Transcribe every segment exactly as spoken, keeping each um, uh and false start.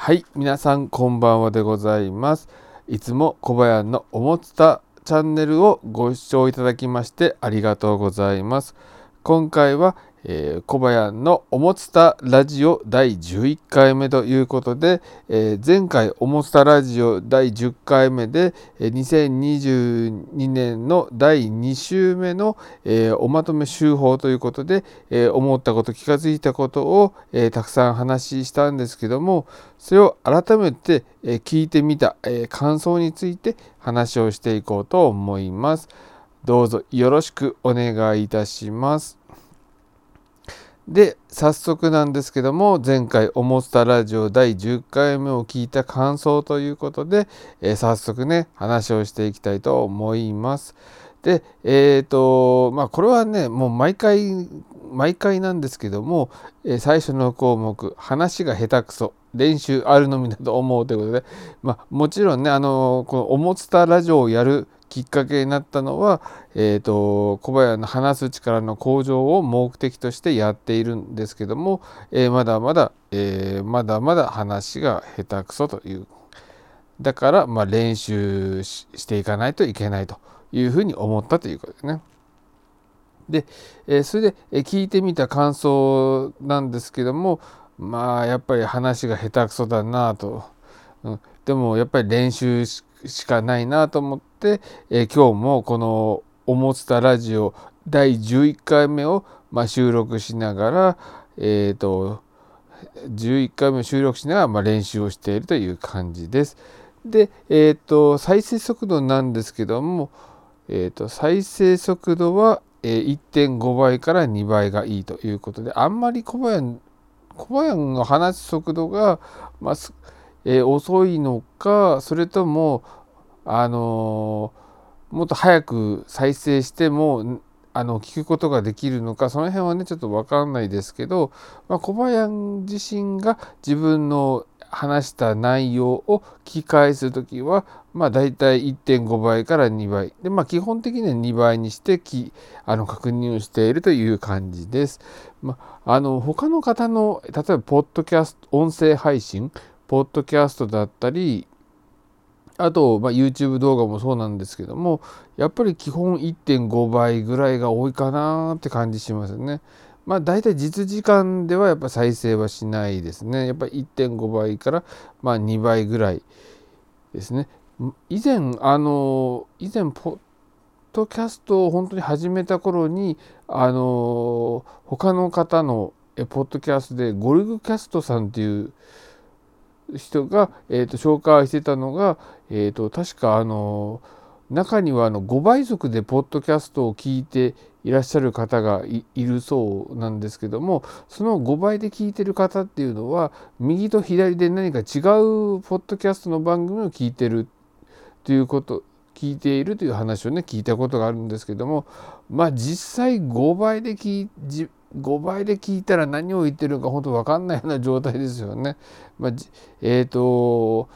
はい、皆さんこんばんはでございます。いつも小林のおもつたチャンネルをご視聴いただきましてありがとうございます。今回は、えー、小林のおもつたラジオだいじゅういっかいめということで、えー、前回おもつたラジオだいじゅっかいめで、えー、にせんにじゅうにねんのだいに週目の、えー、おまとめ週報ということで、えー、思ったこと気がついたことを、えー、たくさん話したんですけども、それを改めて、えー、聞いてみた、えー、感想について話をしていこうと思います。どうぞよろしくお願いいたします。で、早速なんですけども、前回おもつたラジオだいじゅっかいめを聞いた感想ということで、えー、早速ね、話をしていきたいと思います。で、えっと、まあ、これはね、もう毎回、毎回なんですけども、えー、最初の項目、話が下手くそ、練習あるのみだと思うということで、まあ、もちろんね、あの、このおもつたラジオをやるきっかけになったのは、えーと、小林の話す力の向上を目的としてやっているんですけども、えー、まだまだ、えー、まだまだ話が下手くそという。だから、まあ、練習していかないといけないというふうに思ったということですね。で、えー、それで聞いてみた感想なんですけども、まあ、やっぱり話が下手くそだなと。うん、でも、やっぱり練習しかないなと思って、えー、今日もこのおもつたラジオだいじゅういっかいめを、まあ、収録しながら、えっと、じゅういっかいめを収録しながら、まあ、練習をしているという感じです。で、えっと、再生速度なんですけども、えっと、再生速度は いってんご 倍からにばいがいいということで、あんまり小林、小林の話す速度が、まあえー、遅いのか、それとも、あのー、もっと早く再生してもあの聞くことができるのか、その辺はねちょっと分かんないですけど、まあ、小林自身が自分の話した内容を聞き返すときは、まあ、だいたいいってんご 倍からにばいで、まあ、基本的にはにばいにしてきあの確認をしているという感じです。まあ、あの他の方の例えばポッドキャスト音声配信ポッドキャストだったり、あと、まあ、YouTube 動画もそうなんですけども、やっぱり基本いってんご 倍ぐらいが多いかなって感じしますね。まあ大体実時間ではやっぱ再生はしないですね。やっぱりいってんご 倍からまあにばいぐらいですね。以前、あの、以前、ポッドキャストを本当に始めた頃に、あの、他の方のポッドキャストでゴルグキャストさんっていう人が、えー、と紹介してたのが、えー、と確かあの中にはあのごばい速でポッドキャストを聞いていらっしゃる方が い, いるそうなんですけども、そのごばいで聞いてる方っていうのは右と左で何か違うポッドキャストの番組を聞いてるということ聞いているという話をね聞いたことがあるんですけども、まあ実際ごばいで聞いごばいで聞いたら何を言ってるのか本当分かんないような状態ですよね。まあ、えっ、ー、と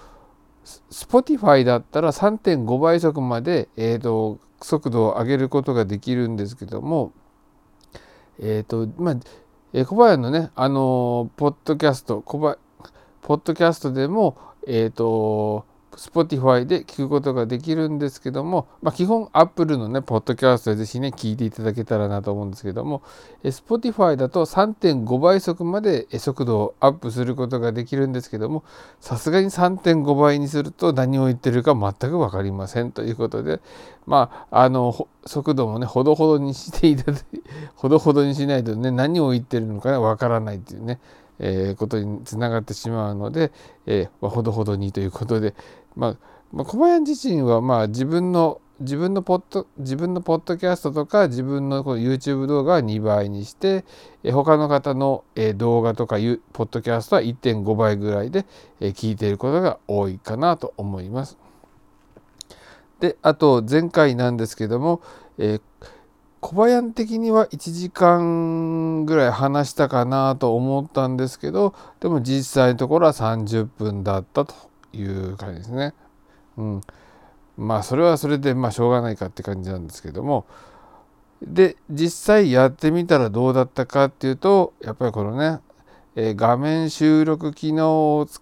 Spotify だったら さんてんご 倍速まで、えー、と速度を上げることができるんですけども、えっ、ー、とまあえー、小林のねあのポッドキャスト小林ポッドキャストでもえっ、ー、とSpotify で聞くことができるんですけども、まあ、基本 Apple のね、ポッドキャストでぜひね、聞いていただけたらなと思うんですけども、Spotify だと さんてんご 倍速まで速度をアップすることができるんですけども、さすがに さんてんご 倍にすると何を言ってるか全く分かりませんということで、まあ、あの、速度もね、ほどほどにしていただいて、ほどほどにしないとね、何を言ってるのか分からないっていうね、えー、ことにつながってしまうので、えー、ほどほどにということで、まあ、まあ、小林自身はまあ自分の自分のポッド自分のポッドキャストとか自分のこの YouTube 動画はにばいにして、え他の方の動画とかポッドキャストは いってんご 倍ぐらいで聞いていることが多いかなと思います。で、あと前回なんですけども、えー小林的にはいちじかんぐらい話したかなと思ったんですけど、でも実際のところはさんじゅっぷんだったという感じですね。うん、まあそれはそれでまあしょうがないかって感じなんですけども、で実際やってみたらどうだったかっていうと、やっぱりこのね、えー、画面収録機能を使っ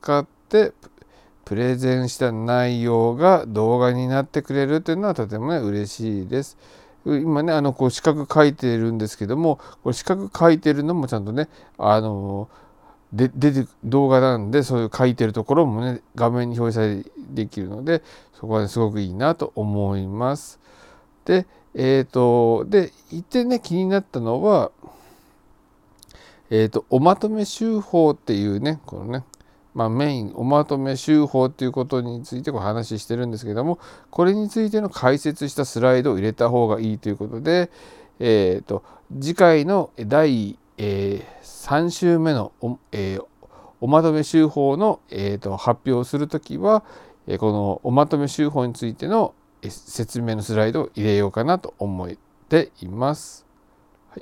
ってプレゼンした内容が動画になってくれるというのはとてもね嬉しいです。今ねあのこう四角書いてるんですけども、これ四角書いてるのもちゃんとねあので出て動画なんで、そういう書いてるところもね画面に表示されできるので、そこはねすごくいいなと思います。でえっ、ー、とで一点ね気になったのは、えっ、ー、とおまとめ手法っていうねこのねまあ、メインおまとめ手法ということについてお話ししてるんですけども、これについての解説したスライドを入れた方がいいということで、えー、と次回のだい、えー、さん週目の お,、えー、おまとめ手法の、えー、と発表するときは、このおまとめ手法についての説明のスライドを入れようかなと思っています。はい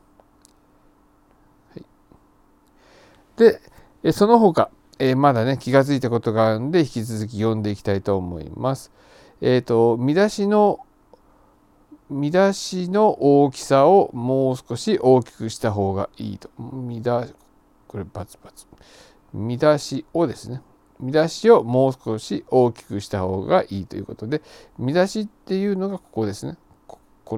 はい、でその他えー、まだね気がついたことがあるので引き続き読んでいきたいと思います。えっ、ー、と見出しの見出しの大きさをもう少し大きくした方がいいと。見出これバツバツ。見出しをですね。見出しをもう少し大きくした方がいいということで、見出しっていうのがここですね。ここれ。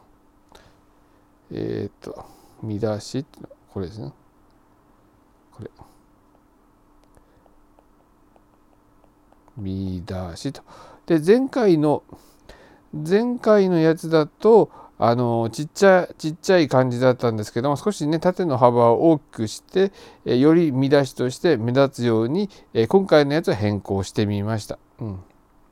えっ、ー、と見出しってのはこれですね。これ。見出しと。で前回の前回のやつだとあのちっちゃちっちゃい感じだったんですけども、少しね縦の幅を大きくしてえより見出しとして目立つようにえ今回のやつは変更してみました。うん、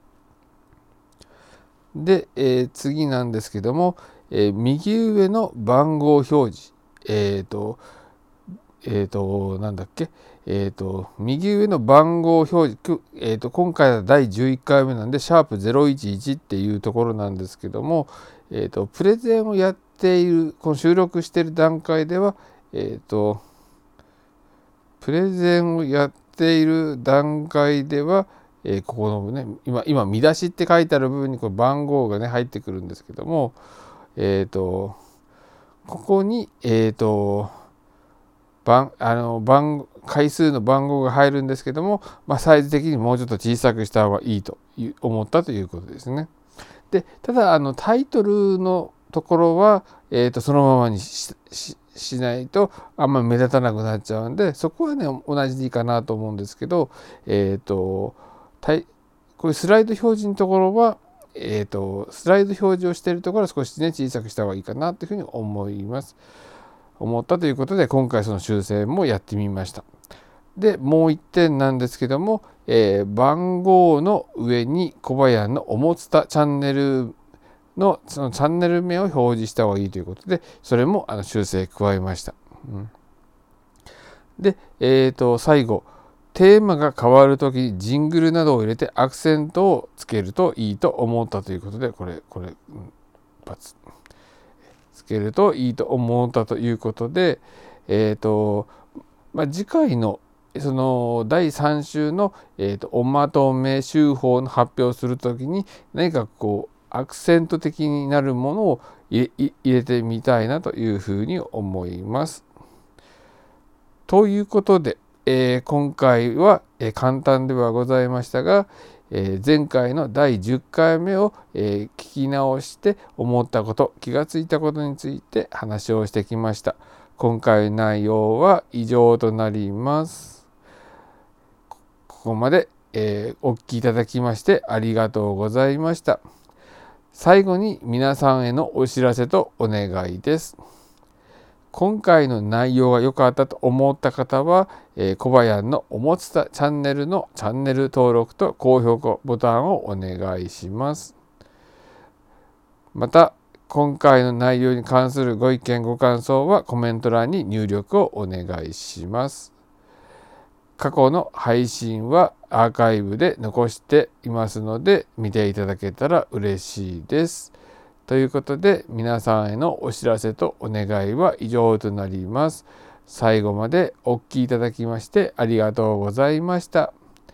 で、えー、次なんですけども、えー、右上の番号表示えっ、ー、とえっ、となんだっけえー、と右上の番号表示、えー、と今回はだいじゅういっかいめなんでシャープゼロいちいちっていうところなんですけども、えー、とプレゼンをやっているこの収録している段階では、えー、とプレゼンをやっている段階では、えー、ここのね今今見出しって書いてある部分にこれ番号がね入ってくるんですけども、えっ、とここにえっ、と番あの番回数の番号が入るんですけども、まあ、サイズ的にもうちょっと小さくした方がいいと思ったということですね。でただあのタイトルのところは、えー、とそのままに し, し, しないとあんまり目立たなくなっちゃうんで、そこはね同じでいいかなと思うんですけど、えっ、ー、とこういうスライド表示のところは、えー、とスライド表示をしているところは少しね小さくした方がいいかなというふうに思います。思ったということで今回その修正もやってみました。でもう一点なんですけども、えー、番号の上に小林のおもつたチャンネルのそのチャンネル名を表示した方がいいということで、それもあの修正加えました。うん、で、えー、と最後テーマが変わるときにジングルなどを入れてアクセントをつけるといいと思ったということで、これこれ、うん、バツつけるといいと思ったということで、えーとまあ、次回のそのだいさん週の、えーとおまとめ手法の発表するときに何かこうアクセント的になるものを入 れ, 入れてみたいなというふうに思います。ということで、えー、今回は、えー、簡単ではございましたが、えー、前回のだいじゅっかいめを、えー、聞き直して思ったこと、気がついたことについて話をしてきました。今回の内容は以上となります。ここまで、えー、お聞きいただきましてありがとうございました。最後に皆さんへのお知らせとお願いです。今回の内容が良かったと思った方は、えー、小林のおもつたチャンネルのチャンネル登録と高評価ボタンをお願いします。また、今回の内容に関するご意見ご感想はコメント欄に入力をお願いします。過去の配信はアーカイブで残していますので見ていただけたら嬉しいです。ということで皆さんへのお知らせとお願いは以上となります。最後までお聞きいただきましてありがとうございました。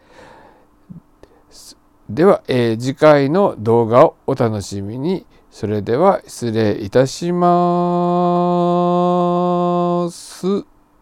では、えー、次回の動画をお楽しみに。それでは失礼いたします。